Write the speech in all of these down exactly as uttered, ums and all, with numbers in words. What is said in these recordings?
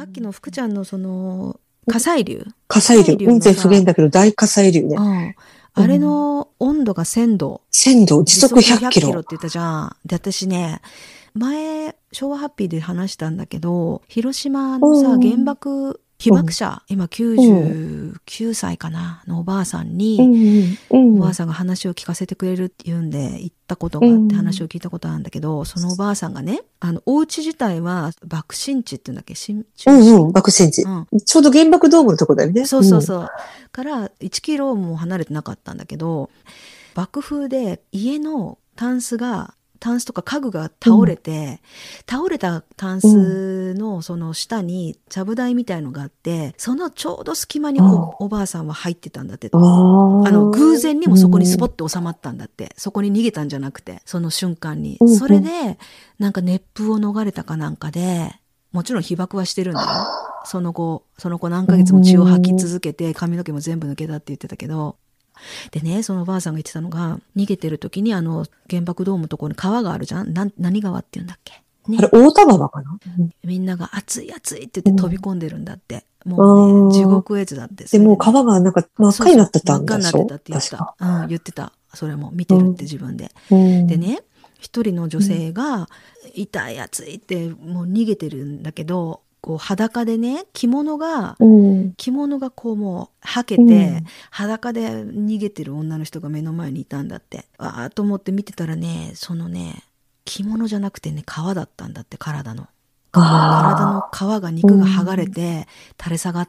さっきの福ちゃんのその、火砕流火砕流。雲仙普賢だけど大火砕流ね。 うん。あれの温度がせんど。 せんど、時速ひゃっキロ。 時速ひゃっキロって言ったじゃん。で、私ね、前、昭和ハッピーで話したんだけど、広島のさ、原爆、被爆者、今きゅうじゅうきゅうさいかな、のおばあさんに、おばあさんが話を聞かせてくれるって言うんで、行ったことがあって話を聞いたことあるんだけど、そのおばあさんがね、あの、お家自体は爆心地って言うんだっけ、新地。 うんうん、爆心地、うん。ちょうど原爆ドームのとこだよね。 そうそうそう。うん、からいちキロも離れてなかったんだけど、爆風で家のタンスが、タンスとか家具が倒れて、うん、倒れたタンスのその下にちゃぶ台みたいのがあって そのちょうど隙間に お, おばあさんは入ってたんだって。あの偶然にもそこにスポッと収まったんだって、うん、そこに逃げたんじゃなくてその瞬間に、うん、それでなんか熱風を逃れたかなんかで、もちろん被爆はしてるんだよ。その後その子何ヶ月も血を吐き続けて髪の毛も全部抜けたって言ってたけど、でね、そのおばあさんが言ってたのが、逃げてる時にあの原爆ドームのところに川があるじゃん。な何川って言うんだっけ、 ね、あれ大田川かな、 うん、みんなが熱い熱いって言って飛び込んでるんだって、うん、もうね地獄絵図だって。 でもう川がなんか真っ赤になってたんだでしょ。 真っ赤になってたって言った、うん、言ってた。それも見てるって自分で、うん、でね、一人の女性が、うん、痛い熱いってもう逃げてるんだけど、こう裸でね、着物が、うん、着物がこうもうはけて、うん、裸で逃げてる女の人が目の前にいたんだって。わーっと思って見てたらね、そのね、着物じゃなくてね、皮だったんだって、体の。体の皮が肉が剥がれて、垂れ下がって、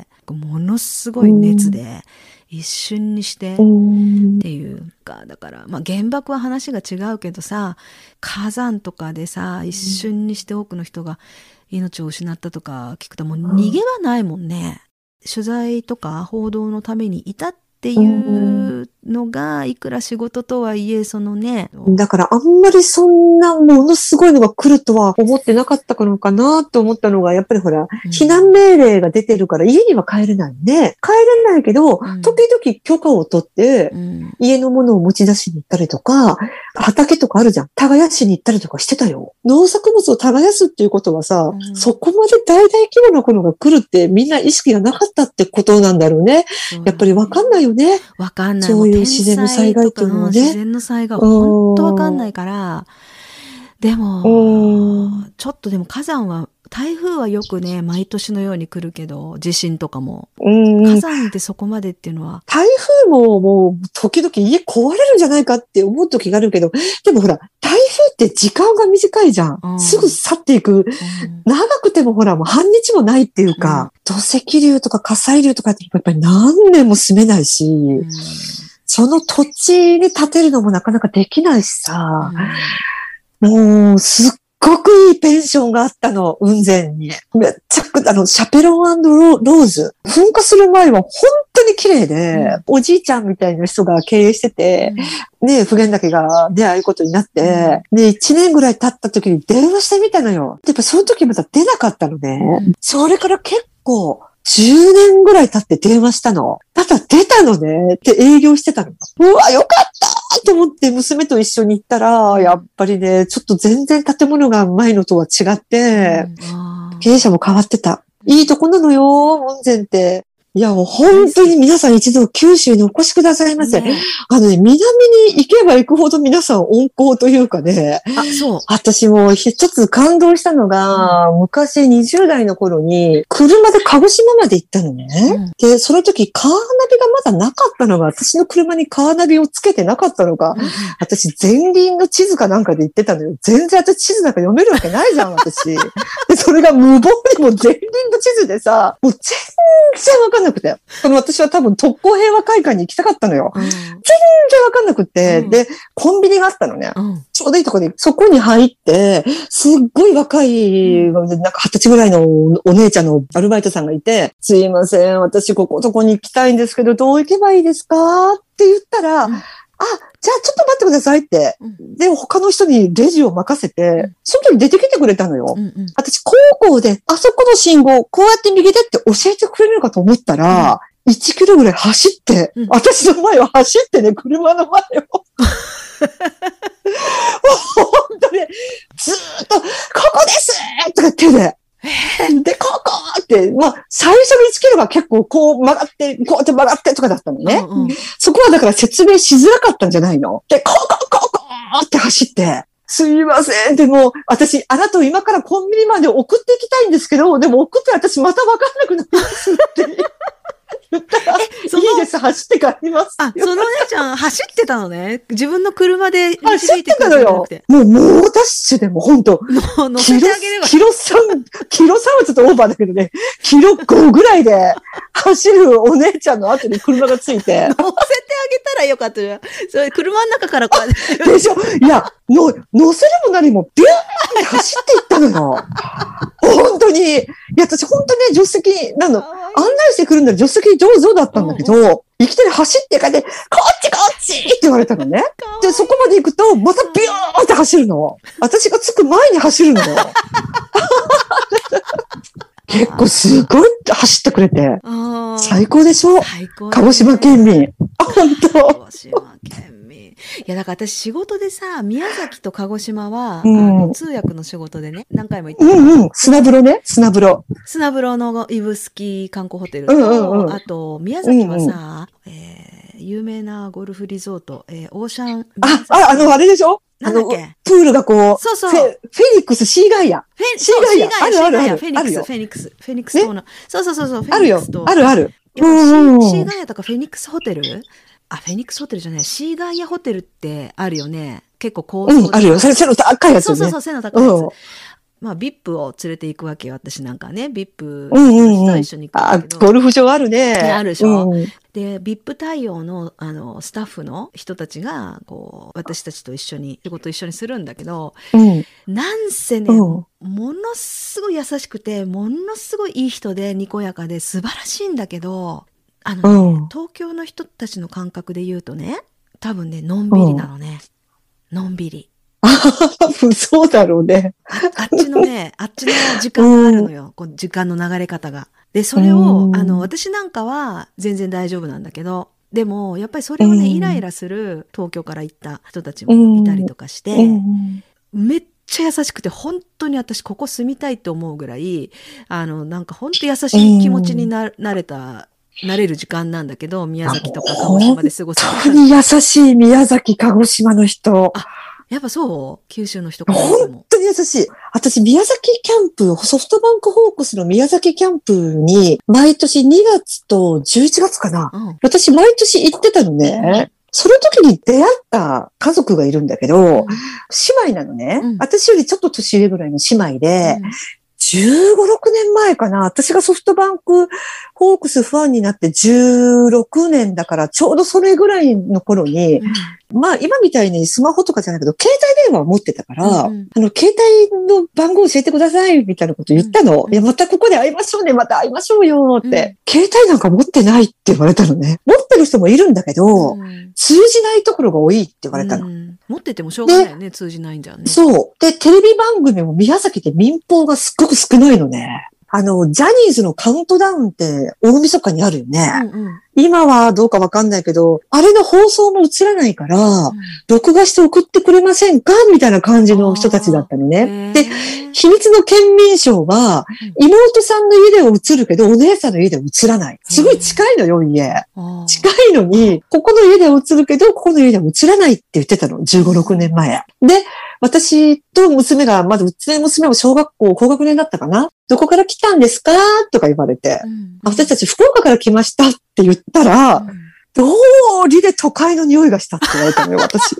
ものすごい熱で、一瞬にして、っていうか、だから、まあ原爆は話が違うけどさ、火山とかでさ、一瞬にして多くの人が命を失ったとか聞くともう逃げはないもんね。取材とか報道のためにいたっていうのがいくら仕事とはいえ、そのね、 だからあんまりそんなものすごいのが来るとは思ってなかったのかなと思ったのが、やっぱりほら、うん、避難命令が出てるから家には帰れないね。帰れないけど、うん、時々許可を取って、うん、家のものを持ち出しに行ったりとか、畑とかあるじゃん。耕しに行ったりとかしてたよ。農作物を耕すっていうことはさ、うん、そこまで大々規模なものが来るってみんな意識がなかったってことなんだろうね。やっぱりわかんないよね。 わかんない。 そういう自然の災害っていうのはね。 自然の災害本当わかんないから、でも、ちょっとでも火山は、台風はよくね、毎年のように来るけど、地震とかも。火山ってそこまでっていうのは。 台風ももう、時々家壊れるんじゃないかって思う時があるけど、でもほら、台風って時間が短いじゃん。うん、すぐ去っていく、うん。長くてもほら、もう半日もないっていうか、うん、土石流とか火砕流とかってやっぱり何年も住めないし、うん、その土地に建てるのもなかなかできないしさ、うん、もう、すっごくいいペンションがあったの、雲仙に。めっちゃく、あの、シャペロン&ローズ。噴火する前は本当に綺麗で、うん、おじいちゃんみたいな人が経営してて、うん、ね、普賢岳がね、ああいうことになって、うん、で、一年ぐらい経った時に電話してみたのよ。やっぱその時まだ出なかったのね。うん、それから結構、じゅうねんぐらい経って電話したの。ただ出たのねって営業してたの。うわ、よかったと思って娘と一緒に行ったら、やっぱりね、ちょっと全然建物が前のとは違って、うん、経営者も変わってた。いいとこなのよ、門前って。いや、もう本当に皆さん一度九州にお越しくださいませ。ね、あのね、南に行けば行くほど皆さん温厚というかね。 あ、そう。 私も一つ感動したのが、うん、昔にじゅう代の頃に車で鹿児島まで行ったのね。うん、で、その時カーナビがまだなかったのが、私の車にカーナビをつけてなかったのが、うん、私前輪の地図かなんかで行ってたのよ。全然私地図なんか読めるわけないじゃん、私。で、それが無謀にも前輪の地図でさ、もう全然わかんないなくて。この私は多分特攻平和会館に行きたかったのよ。うん、全然わかんなくて、うん、で、コンビニがあったのね。うん、ちょうどいいとこで、そこに入って、すっごい若い、なんか二十歳ぐらいのお姉ちゃんのアルバイトさんがいて、すいません、私ここどこに行きたいんですけど、どう行けばいいですかって言ったら、うん、あ、じゃあちょっと待ってくださいって。うん、で、他の人にレジを任せて、外に出てきてくれたのよ。うんうん、私、高校で、あそこの信号、こうやって右でって教えてくれるのかと思ったら、うん、いちキロぐらい走って、うん、私の前を走ってね、車の前を。本当に、ずーっと、ここですとか手で。 で、こうこうって、まあ、最初につければ結構こう曲がって、こうやって曲がってとかだったのね。うんうん、そこはだから説明しづらかったんじゃないの？で、こうこうこうこうって走って、すいません。でも、私、あなたを今からコンビニまで送っていきたいんですけど、でも送って私また分かんなくなりますって言ったら、いいです、走って帰ります。 あ、そのお姉ちゃん走ってたのね。自分の車で走ってたのよ。もう猛ダッシュでも本当乗せてあげれば。 キロさん、キロさんはちょっとオーバーだけどね、キロごぐらいで走るお姉ちゃんの後に車がついて。乗せてあげたらよかったじゃん。それ車の中からこうやって。 でしょ？いや、の、乗せるも何もビューンって走っていったのよ。本当に。いや、私本当に助手席、なの、案内してくるんだら助手席上手だったんだけど、うんうん、いきなり走ってかで、こっちこっちって言われたのね。で、そこまで行くと、またビューンって走るの。私が着く前に走るのよ。結構すごい走ってくれて。最高でしょ？最高、ね。鹿児島県民。本当。 鹿児島県民。いや、だから私仕事でさ、宮崎と鹿児島は、うん、あの通訳の仕事でね、何回も行ってうんうん。砂風呂ね、砂風呂。 砂風呂の指宿観光ホテルと、うんうんうん、あと、宮崎はさ、うんうん、えー、有名なゴルフリゾート、えー、オーシャン。 あ、あ、あの、あれでしょ？ なんだっけ？ プールがこう、 そうそう。 フェ、フェニックス、シーガイア。 フェ、シーガイア。あるあるある。フェニックス、フェニックス、フェニックス島の。そうそうそうそう、フェニックス島。 あるよ。あるある。 シーガイアとかフェニックスホテル？あ、フェニックスホテルじゃない。シーガイアホテルってあるよね。結構高層。 うん、あるよ。それ背の高いやつね。 そうそうそう、背の高いやつ。まあ、ビップ を連れて行くわけよ、私なんかね。ビップ の人と一緒に行くんだけど。 あ、ゴルフ場あるね。 ね、あるでしょ。うん、で、ビップ 対応の、あの、スタッフの人たちが、こう、私たちと一緒に、仕事一緒にするんだけど、うん、なんせね、うん、ものすごい優しくて、ものすごいいい人で、にこやかで、素晴らしいんだけど、あのね、うん、東京の人たちの感覚で言うとね、多分ね、のんびりなのね。うん、のんびり。 そうだろうねあ。あっちのね、あっちの時間があるのよ。うん、こう時間の流れ方が。で、それを、あの、私なんかは全然大丈夫なんだけど、でも、やっぱりそれをね、イライラする東京から行った人たちもいたりとかして、めっちゃ優しくて、本当に私ここ住みたいと思うぐらい、あの、なんか本当優しい気持ちにな、なれた、なれる時間なんだけど、宮崎とか鹿児島で過ごす。 本当に優しい宮崎、鹿児島の人。 あ、やっぱそう九州の人か本当に優しい。私、宮崎キャンプ、ソフトバンクホークスの宮崎キャンプに、毎年にがつとじゅういちがつかな。うん、私、毎年行ってたのね。その時に出会った家族がいるんだけど、うん、姉妹なのね、うん。私よりちょっと年上ぐらいの姉妹で、うん、じゅうご、ろくねんまえかな。私がソフトバンクホークスファンになってじゅうろくねんだから、ちょうどそれぐらいの頃に、うん、まあ今みたいにスマホとかじゃないけど、携帯電話を持ってたから、うん、あの、携帯の番号教えてくださいみたいなこと言ったの。うん、いや、またここで会いましょうね、また会いましょうよって、うん。携帯なんか持ってないって言われたのね。持ってる人もいるんだけど、うん、通じないところが多いって言われたの。うん、 持っててもしょうがないよね、通じないんじゃんね。 そう。で、テレビ番組も宮崎で民放がすっごく少ないのね。あの、ジャニーズのカウントダウンって大晦日にあるよね。うんうん、今はどうかわかんないけど、あれの放送も映らないから、うん、録画して送ってくれませんかみたいな感じの人たちだったのね。で、秘密の県民賞は、妹さんの家では映るけど、お姉さんの家では映らない。すごい近いのよ、家。近いのに、ここの家では映るけど、ここの家では映らないって言ってたの。じゅうご、ろくねんまえ。で、私と娘が、まだうちの娘も小学校高学年だったかな。どこから来たんですかとか言われて、うん、私たち福岡から来ましたって言ったら、うん、どうりで都会の匂いがしたって言われたのよ、私。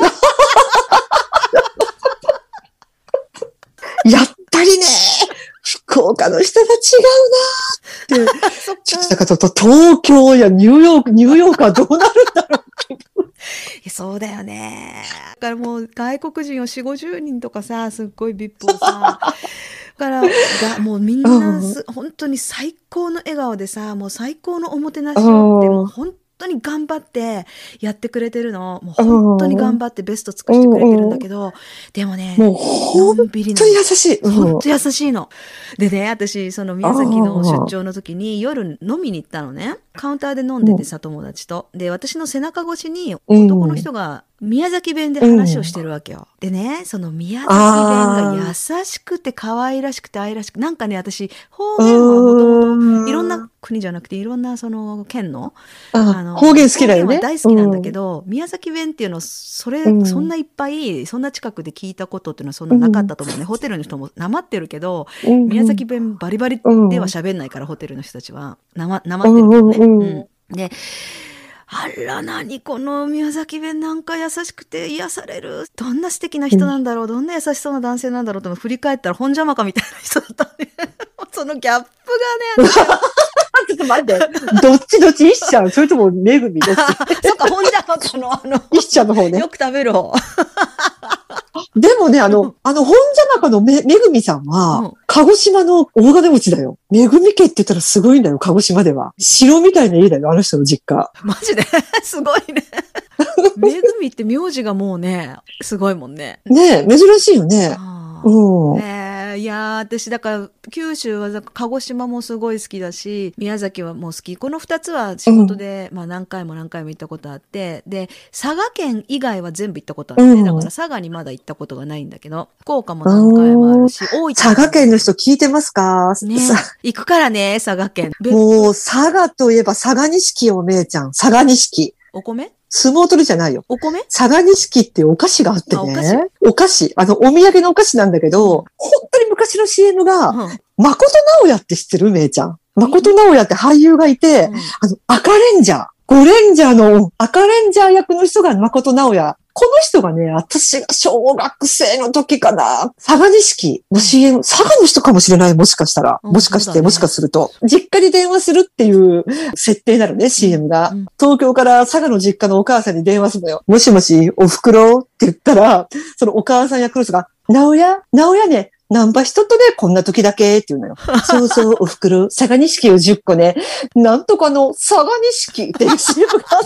やっぱりね、福岡の人が違うなーって。ちょっとだからと東京やニューヨーク、ニューヨークはどうなるんだろうって。 そうだよね。だからもう外国人をよん、ごじゅうにんとかさ、すっごいビップをさ、だからがもうみんなす、うん、本当に最高の笑顔でさ、もう最高のおもてなしをってもう本当に頑張ってやってくれてるの。もう本当に頑張ってベスト尽くしてくれてるんだけど、でもね、 もう本当に優しい。 本当優しいの。でね、私その宮崎の出張の時に夜飲みに行ったのね。カウンターで飲んでてさ、友達と。で、私の背中越しに男の人が宮崎弁で話をしてるわけよ。うん、でね、その宮崎弁が優しくて可愛らしくて愛らしく、なんかね、私、方言はもともといろんな国じゃなくて、いろんなその県の、 あの方言好きだよね。 方言は大好きなんだけど、うん、宮崎弁っていうのは、それ、うん、そんないっぱい、そんな近くで聞いたことっていうのはそんななかったと思うね。うん、ホテルの人もなまってるけど、うん、宮崎弁バリバリでは喋んないから、ホテルの人たちは。なま、なまってるけどね。うんうん、で、あら、何この宮崎弁なんか優しくて癒される。どんな素敵な人なんだろう。どんな優しそうな男性なんだろうと振り返ったら本邪魔かみたいな人だったね。そのギャップがね。 ちょっと待って。どっちどっち一ちゃんそれともめぐみどっちそっか、本邪魔かの、あの、 一ちゃんの方ね。 よく食べる方。 でもね、あの、あの、本邪魔かのめ、めぐみさんは、うん、鹿児島の大金持ちだよ。めぐみ家って言ったらすごいんだよ、鹿児島では。城みたいな家だよ、あの人の実家。 マジですごいね。めぐみって名字がもうね、すごいもんね。 ねえ、珍しいよね。うん。 えー、いやー、私だから九州は鹿児島もすごい好きだし、宮崎はもう好き。この二つは仕事で、うん、まあ何回も何回も行ったことあって、で、佐賀県以外は全部行ったことあるね。うん、だから佐賀にまだ行ったことがないんだけど、福岡も何回もあるし、大分佐賀県の人聞いてますかね。行くからね、佐賀県。 もう佐賀といえば佐賀錦よ、めいちゃん。佐賀錦。 お米相撲取りじゃないよ。 お米佐賀錦っていうお菓子があってね。お菓子お菓子。あの、お土産のお菓子なんだけど、うん、本当に昔の シーエム が、うん、誠直哉って知ってるめいちゃん。誠直哉って俳優がいて、うん、あの、赤レンジャー。ゴレンジャーの赤レンジャー役の人が誠直哉。この人がね、私が小学生の時かな、佐賀錦の シーエム、佐賀の人かもしれない、もしかしたら。もしかして、ね、もしかすると。実家に電話するっていう設定なのね、シーエム が。うん、東京から佐賀の実家のお母さんに電話するのよ。もしもし、お袋って言ったら、そのお母さん役の人が、直哉直哉ね、ナンパ人とね、こんな時だけって言うのよ。そうそう、お袋、佐賀錦をじゅっこね、なんとかの佐賀錦っていう シーエム があって。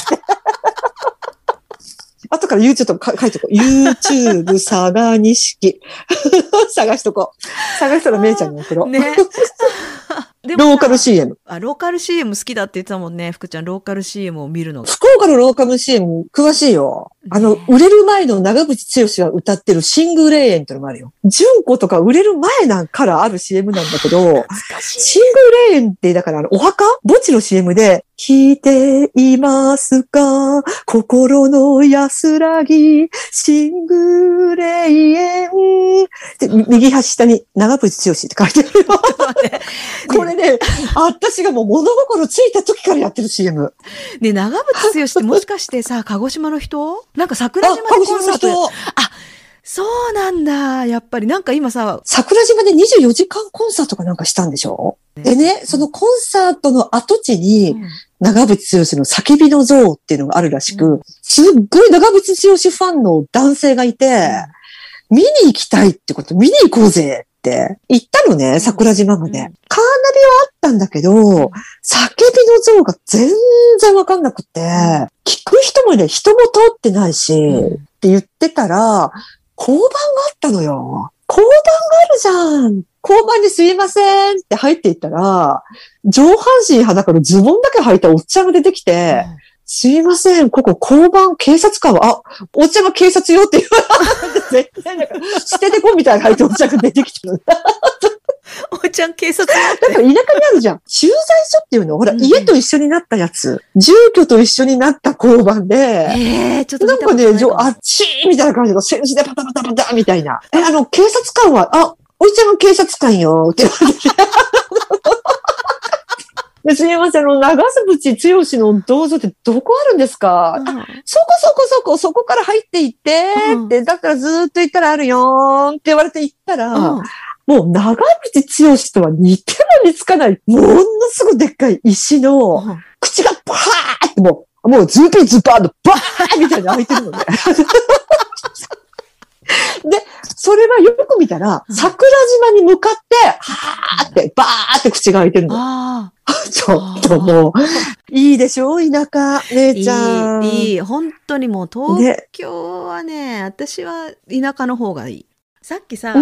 後から YouTube と書いておこう。YouTube 佐賀錦。探しとこう。探したらめいちゃんに送ろう。ね。でもローカル シーエム。 あ、ローカル シーエム 好きだって言ってたもんね。福ちゃん、ローカル シーエム を見るの。 福岡のローカル シーエム 詳しいよ。あの、売れる前の長渕剛が歌ってるシング霊園ってのもあるよ。純子とか売れる前なんからある シーエム なんだけど、シング霊園ってだからあの、お墓墓地の シーエム で、聞いていますか心の安らぎ、シング霊園。で、右端下に長渕剛って書いてるよ。これね、私がもう物心ついた時からやってる シーエム。 ね、長渕剛ってもしかしてさ、鹿児島の人なんか桜島でコンサート。あ、そうなんだ。やっぱりなんか今さ、 桜島でにじゅうよじかんコンサートかなんかしたんでしょ、ね、でね、そのコンサートの跡地に、長渕剛の叫びの像っていうのがあるらしく、うん、すっごい長渕剛ファンの男性がいて、うん、見に行きたいってこと、見に行こうぜって言ったのね、桜島まで。うん、カーナビはあったんだけど、叫びの像が全然わかんなくて、聞く人もね、人も通ってないし、って言ってたら、交番があったのよ。交番があるじゃん。交番にすいませんって入っていったら、上半身裸のズボンだけ履いたおっちゃんが出てきて、うん、すいません、ここ交番警察官は、あ、おっちゃんは警察よって言われて、絶対なんか、捨ててこみたいな入っておっちゃんが出てきてる。 おっちゃん警察よって。 だから田舎にあるじゃん。駐在所っていうの、ほら、うん、家と一緒になったやつ。住居と一緒になった交番で。 えー、ちょっとなんかね、あっちーみたいな感じの、戦士でパタパタパタみたいな。え、あの、警察官は、あ、おいちゃんは警察官よって言われて。ですみません、あの、長渕剛の銅像ってどこあるんですか、うん、あ、そこそこそこ、そこから入っていって、うん、って、だからずーっと行ったらあるよーって言われて行ったら、うん、もう長渕剛とは似ても似つかない、ものすごいでっかい石の、うん、口がバーってもう、もうズーピーズーパーのバーみたいに開いてるのね。で、それはよく見たら、桜島に向かって、はーって、バーって口が開いてるの。あちょっともう、いいでしょ田舎、姉ちゃん。 いい、いい。本当にもう東京はね、ね私は田舎の方がいい。さっきさ、うん、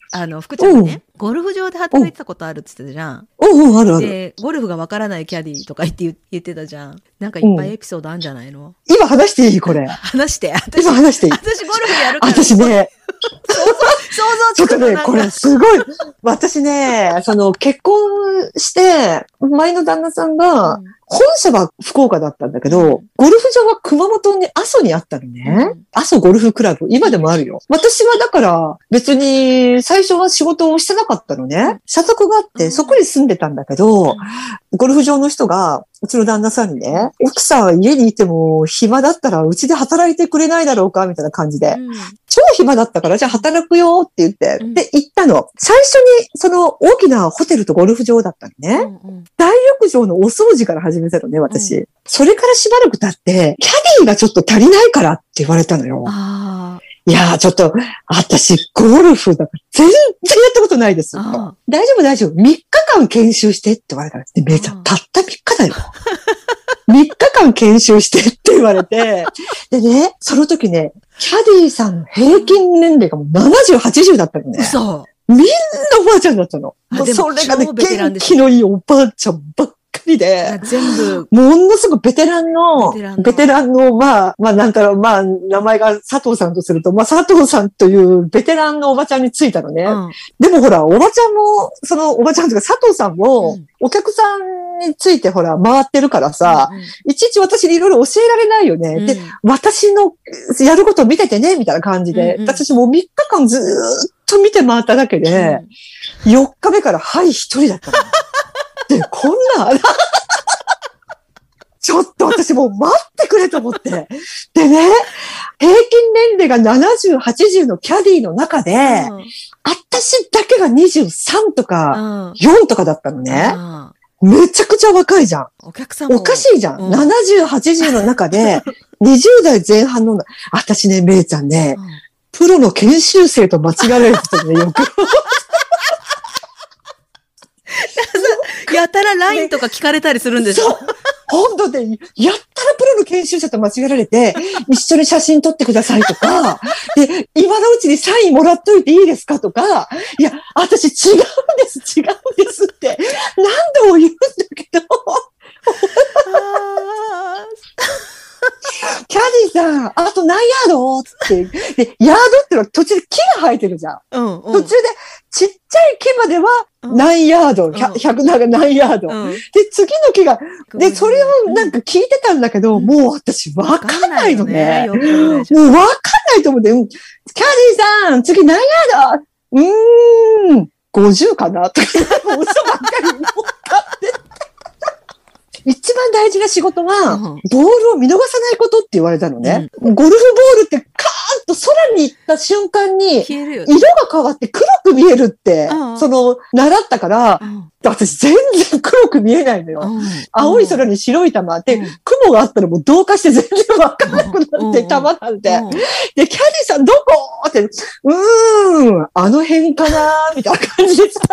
あの、福ちゃんがね、ゴルフ場で働いてたことあるって言ってたじゃん。 おう、あるある。 で、ゴルフがわからないキャディーとか言って言ってたじゃん。なんかいっぱいエピソードあるんじゃないの？ 今話していいこれ。 話して。私今話していい私ゴルフやるから。 私ね、 想像ちょっとね、これすごい、私ね、その結婚して、前の旦那さんが、うん、本社は福岡だったんだけど、ゴルフ場は熊本に阿蘇にあったのね。うん、阿蘇ゴルフクラブ、今でもあるよ。私はだから別に最初は仕事をしてなかったのね。社宅があってそこに住んでたんだけど、うん、ゴルフ場の人が、うちの旦那さんにね、奥さん家にいても暇だったらうちで働いてくれないだろうかみたいな感じで、うん、超暇だったからじゃあ働くよって言って、うん、で行ったの。最初にその大きなホテルとゴルフ場だったのね。うんうん、大浴場のお掃除から始めたのね、私、うん。それからしばらく経って、キャディーがちょっと足りないからって言われたのよ。あいやーちょっと、私、ゴルフだから全然やったことないです。大丈夫大丈夫。みっかかん研修してって言われたら、で、めいちゃん、たったみっかだよ。みっかかん研修してって言われて、でね、その時ね、キャディーさんの平均年齢がもうななじゅう、はちじゅうだったのね。嘘。みんなおばあちゃんだったの。それがね、元気のいいおばあちゃんばっかりで、全部。ものすごくベテランの、ベテランの、ベテランのまあ、まあなんだろう、まあ、名前が佐藤さんとすると、まあ佐藤さんというベテランのおばちゃんについたのね。うん、でもほら、おばちゃんも、そのおばちゃんというか佐藤さんも、お客さんについてほら、回ってるからさ、うんうん、いちいち私にいろいろ教えられないよね。うん、で、私のやることを見ててね、みたいな感じで、うんうん、私もうみっかかんずーっと見て回っただけで、うん、よっかめからはい一人だったの。で、こんな、ちょっと私もう待ってくれと思って。でね、平均年齢がななじゅう、はちじゅうのキャディーの中で、うん、私だけがにじゅうさんとかよんとかだったのね。うん、めちゃくちゃ若いじゃん。お客さんもおかしいじゃん。うん、ななじゅう、はちじゅうの中で、にじゅう代前半の、私ね、めいちゃんね、うん、プロの研修生と間違えられる人ね、よく。 やたら ライン とか聞かれたりするんでしょ？そう。 本当で、やったらプロの研修者と間違えられて、一緒に写真撮ってくださいとか、で、今のうちにサインもらっといていいですかとか、いや、私違うんです、違うんですって、何度も言うんだけど、キャディさん、あと何ヤードって。で、ヤードってのは途中で木が生えてるじゃん。うんうん、途中でちっちゃい木までは何ヤード、うん、ひゃく何ヤード、うん。で、次の木が、で、それをなんか聞いてたんだけど、うん、もう私わかんないのね。もうわかんないと思って、キャディさん、次何ヤードうーん、ごじゅうかなとか、嘘ばっかり思って一番大事な仕事は、うん、ボールを見逃さないことって言われたのね。うん、ゴルフボールってカーンと空に行った瞬間に、色が変わって黒く見えるって、うん、その、習ったから、うん、私全然黒く見えないのよ。うん、青い空に白い玉で、うん、雲があったらもう同化して全然わかんなくなって、玉なんて。うん、で、キャディさんどこって、うーん、あの辺かなみたいな感じでさ、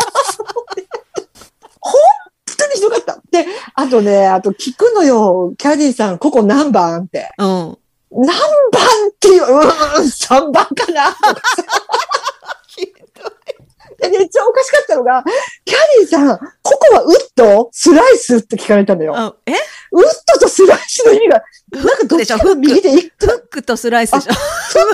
本当にひどかった。で、あとね、あと聞くのよ、キャディさん、ここ何番って。うん。何番っていう、うーん、さんばんかなとかさ。ひどい。で、めっちゃおかしかったのが、キャディさん、ここはウッドスライスって聞かれたのよ。えウッドとスライスの意味が、なんかどっちか右でいく。 フックとスライスでしょ。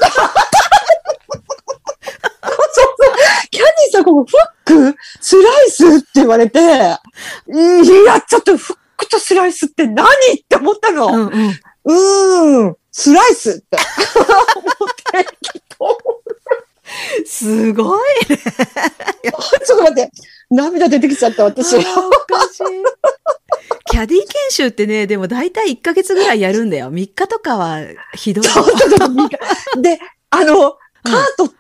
そうそう。キャディさん、ここ、フックスライスって言われて、いや、ちょっとフックとスライスって何って思ったの。うん、うん、うーん、スライスって思ってきと。 すごいね。 ちょっと待って。涙出てきちゃった、私。おかしい。 キャディ研修ってね、でも大体いっかげつぐらいやるんだよ。みっかとかはひどい。 で、あの、カートって、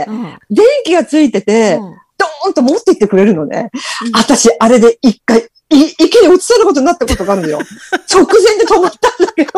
電気がついてて、うん、ドーンと持って行ってくれるのね。うん、私、あれで一回、い池に落ちそうなことになったことがあるのよ。直前で止まったんだけど。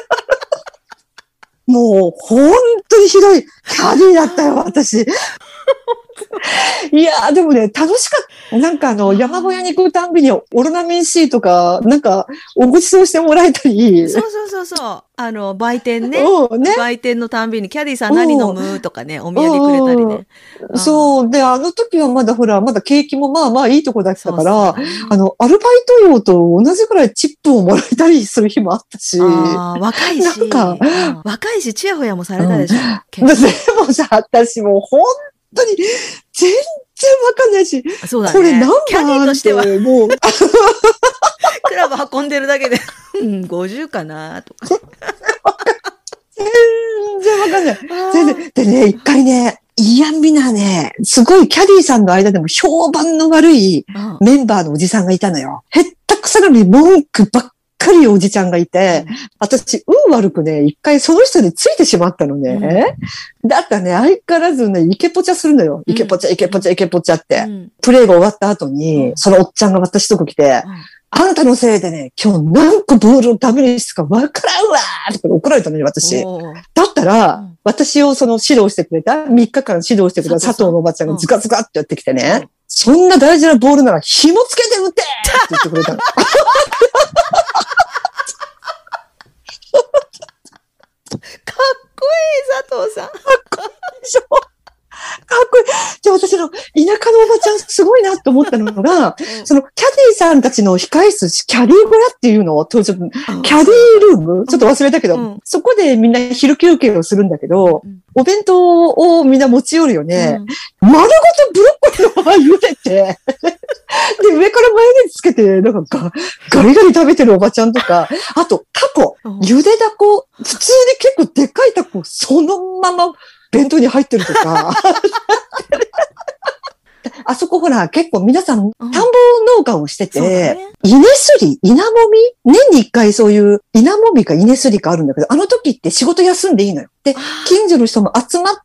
もう、本当にひどいキャディだったよ、私。いやー、でもね、楽しかった。なんかあの、山小屋に行くたんびに、オロナミン C とか、なんか、おごちそうしてもらえたり。 そうそうそうそうそう。あの、売店ね。 ね売店のたんびに、キャディさん何飲むとかね、お土産くれたりね。 そう。で、あの時はまだほら、まだ景気もまあまあいいとこだったから、ね、あの、アルバイト用と同じくらいチップをもらえたりする日もあったし。 あ若いし。なんか、うん、若いし、ちやほやもされたでしょ。 うん、でもさ、私もう本当に、全然わかんないし。 そうだね。 これ何キャディとしては。 もう。 クラブ運んでるだけで、うん、ごじゅうかなとか。 全然わかんない。全然。でね、一回ね、嫌味なね、すごいキャディーさんの間でも評判の悪いメンバーのおじさんがいたのよ。へったくそなのに文句ばっかりおじちゃんがいて、うん、私、運悪くね、一回その人についてしまったのね。うん、だったらね、相変わらずね、イケポチャするのよ。イケポチャ、イケポチャ、イケポチャって。うん、プレイが終わった後に、そのおっちゃんが私とこ来て、あなたのせいでね、今日何個ボールをダメにしたかわからんわーって怒られたのよ、私。だったら、うん、私をその指導してくれた、みっかかん指導してくれた佐藤のおばちゃんがズカズカってやってきてね、うん、そんな大事なボールなら紐つけて打てって言ってくれたの。かっこいい、佐藤さん。かっこいいでしょ。かっこいい。じゃあ私の田舎のおばちゃんすごいなと思ったのが、うん、そのキャディーさんたちの控室、キャディー小屋っていうのを、ちょっとキャディールームちょっと忘れたけど、うん、そこでみんな昼休憩をするんだけど、うん、お弁当をみんな持ち寄るよね。うん、丸ごとブロッコリーのまま茹でて、で、上からマヨネーズつけて、なんかガリガリ食べてるおばちゃんとか、あとタコ、茹でダコ、普通に結構でっかいタコ、そのまま、弁当に入ってるとか。あそこほら、結構皆さん、田んぼ農家をしてて、うんね、稲すり、稲もみ年に一回そういう稲もみか稲すりかあるんだけど、あの時って仕事休んでいいのよ。で、近所の人も集まって、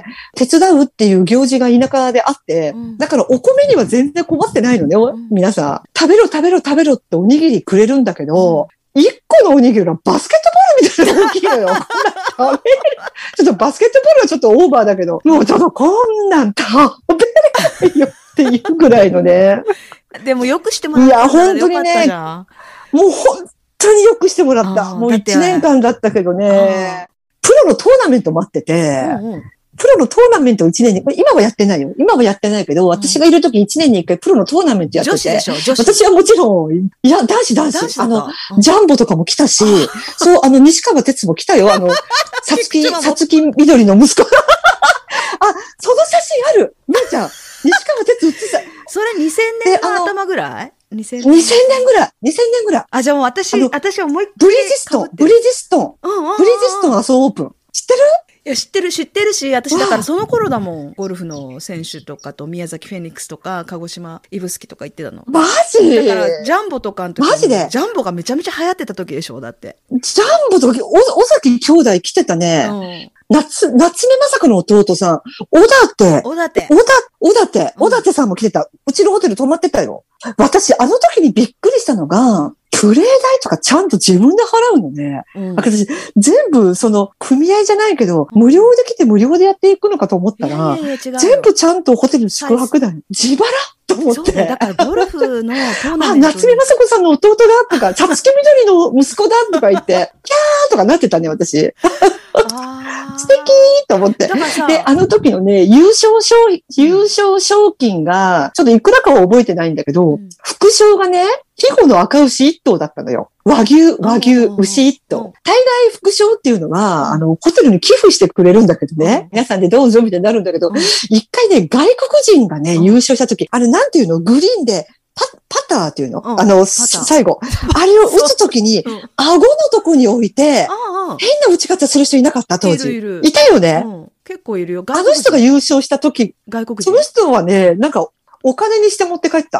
手伝うっていう行事が田舎であって、うん、だからお米には全然困ってないのね、うん、皆さん。食べろ食べろ食べろっておにぎりくれるんだけど、一、うん、個のおにぎりがバスケットボールみたいな大きいのよ。ちょっとバスケットボールはちょっとオーバーだけど、もうちょっとこんなん食べれないよっていうぐらいのね。 でもよくしてもらったからよかったじゃん。 いや、本当にね、もう本当によくしてもらった。もう一年間だったけどね、プロのトーナメント待ってて、うんうん、プロのトーナメントを一年に、今はやってないよ。今はやってないけど、私がいるとき一年に一回プロのトーナメントやってて。 女子でしょ、女子。 私はもちろん、いや、男子男子。あの、うん、ジャンボとかも来たし、そう、あの、西川哲も来たよ。あの、さつき、さつきみどりの息子。あ、その写真ある。みーちゃん、西川哲写した。 それにせんねんの頭ぐらい ?にせん 年。 にせんねんぐらい。にせんねんぐらい。 あ、じゃあもう私、私はもう一回。 ブリヂストン、ブリヂストン。うんうんうん、ブリヂストンアソーオープン。知ってる？ いや、知ってる、知ってるし、私だからその頃だもん。ゴルフの選手とかと宮崎フェニックスとか、鹿児島イブスキとか行ってたの。 マジ？ だから、ジャンボとかの時マジで？ ジャンボがめちゃめちゃ流行ってた時でしょ、だって。 ジャンボとか、お、尾崎兄弟来てたね。うん。夏、夏目まさかの弟さん。小立。 小立。 小立、小立。小立さんも来てた。うちのホテル泊まってたよ。私、あの時にびっくりしたのが、プレイ代とかちゃんと自分で払うのね。うん、私、全部、その、組合じゃないけど、無料で来て無料でやっていくのかと思ったら、いやいや全部ちゃんとホテル宿泊代、自腹と思って。そうだ、だからゴルフのトーナメント。あ、夏目雅子さんの弟だとか、さつきみどりの息子だとか言って、キャーとかなってたね、私。素敵と思って。で、あの時のね、優勝賞、優勝賞金が、ちょっといくらかは覚えてないんだけど、うん、副賞がね、肥後の赤牛一頭だったのよ。和牛、和牛、牛一頭。大概副賞っていうのは、あの、ホテルに寄付してくれるんだけどね。皆さんでどうぞみたいになるんだけど、一回ね、外国人がね、優勝した時、あれなんていうのグリーンで、パ、パターっていうの、うん、あの、最後。あれを打つときに、うん、顎のとこに置いて、変な打ち方する人いなかった当時。いるいる。いたよね、うん、 結構いるよ。 あの人が優勝したとき、 外国人。 その人はね、なんか、お金にして持って帰った。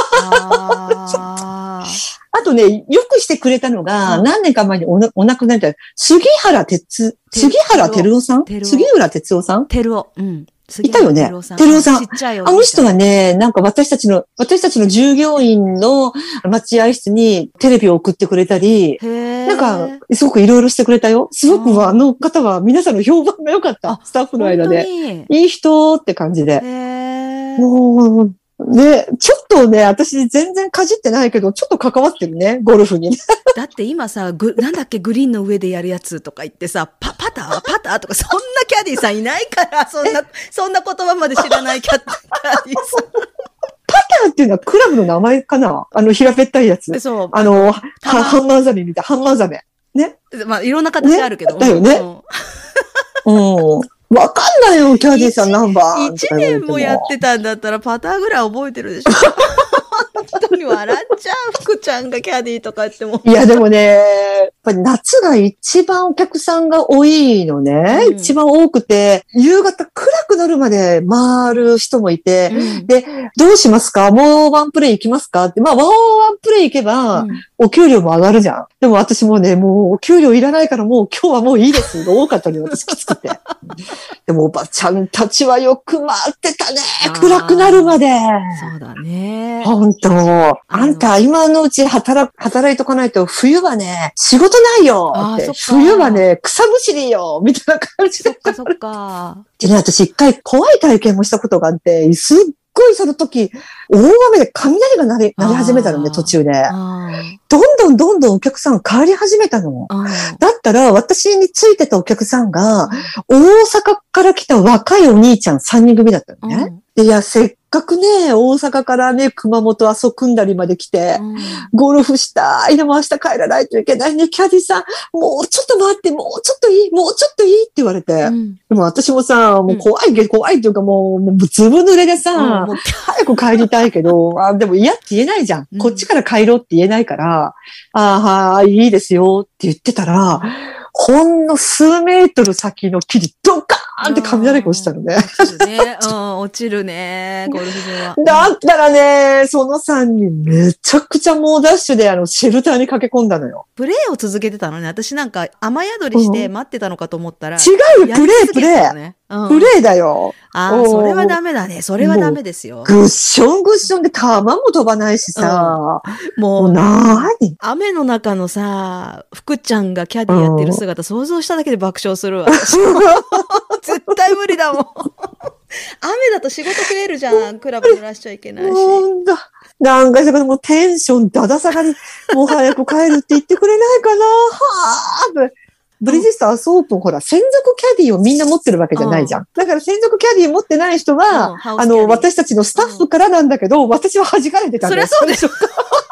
あ, あとね、よくしてくれたのが、うん、何年か前におなお亡くなりた杉原哲、杉原照夫さん杉浦哲夫さん照夫。うん。 いたよね。照夫さん。 ちっちゃいあの人はね、なんか私たちの、私たちの従業員の待合室にテレビを送ってくれたり、なんか、すごくいろいろしてくれたよ。すごくあの方は皆さんの評判が良かった。スタッフの間で。いい人って感じで。もう、 ね、ちょっとね、私全然かじってないけど、ちょっと関わってるね、ゴルフに。 だって今さ、ぐ、なんだっけ、グリーンの上でやるやつとか言ってさ、パ、パターパターとか、そんなキャディーさんいないから、そんな、そんな言葉まで知らないキャ、キャディーさん。 パターっていうのはクラブの名前かな？あの、平べったいやつ。 そう。 あの、はハンマーザメみたいな、ハンマーザメ。ね。 まあ、いろんな形あるけど。 ね、だよね。うん。うんわかんないよ、キャディーさん何番。 一年もやってたんだったらパターぐらい覚えてるでしょ。本当に笑っちゃう、福ちゃんがキャディーとか言っても。 いや、でもね、やっぱり夏が一番お客さんが多いのね。うん、一番多くて、夕方暗くなるまで回る人もいて、うん、で、どうしますか？もうワンプレイ行きますかって。まあ、ワンプレイ行けば、うん、お給料も上がるじゃん。でも私もね、もうお給料いらないからもう今日はもういいですが多かったのよ、私きつくて。でもおばちゃんたちはよく回ってたね。暗くなるまで。 そうだね。 本当。あんた今のうち働、働いとかないと冬はね、仕事ないよって。冬はね、草むしりよみたいな感じで。 そっかそっか。 でね、私一回怖い体験もしたことがあって、すっごいその時、大雨で雷が鳴り、鳴り始めたのね、途中で。どんどんどんどんお客さん帰り始めたの。だったら私についてたお客さんが、大阪から来た若いお兄ちゃんさんにん組だったのね。で、いや、せっかくね、大阪からね、熊本阿蘇組んだりまで来て、うん、ゴルフしたい。でも明日帰らないといけないね。キャディさん、もうちょっと待って、もうちょっといい、もうちょっといいって言われて。うん、でも私もさ、もう怖いけど、うん、怖いっていうかもう、もうずぶ濡れでさ、うん、早く帰りたいけど、あでも嫌って言えないじゃん。こっちから帰ろうって言えないから、ああ、はーい、いいですよって言ってたら、ほんの数メートル先の木にドカーンって雷が落ちたのね。 落ちるね。うん、落ちるね。ゴルフ場は。 だったらね、そのさんにんめちゃくちゃ猛ダッシュであの、シェルターに駆け込んだのよ。 プレーを続けてたのね。私なんか雨宿りして待ってたのかと思ったら。 うん、違うよ、プレー、プレー。うん、プレーだよ。 ああ、それはダメだね。それはダメですよ。 ぐっしょんぐっしょんで球も飛ばないしさ。うん、もう、なーに雨の中のさ、福ちゃんがキャディやってる姿、うん、想像しただけで爆笑するわ。絶対無理だもん。雨だと仕事増えるじゃん。クラブ濡らしちゃいけないし。 なんだ。なんか、もうテンションだだ下がり。もう早く帰るって言ってくれないかな。はぁ。ブリヂストンアソープン、ほら、専属キャディをみんな持ってるわけじゃないじゃん。うん、だから専属キャディ持ってない人は、うん、あの、私たちのスタッフからなんだけど、うん、私は弾かれてたんだよ。 そりゃそうでしょ。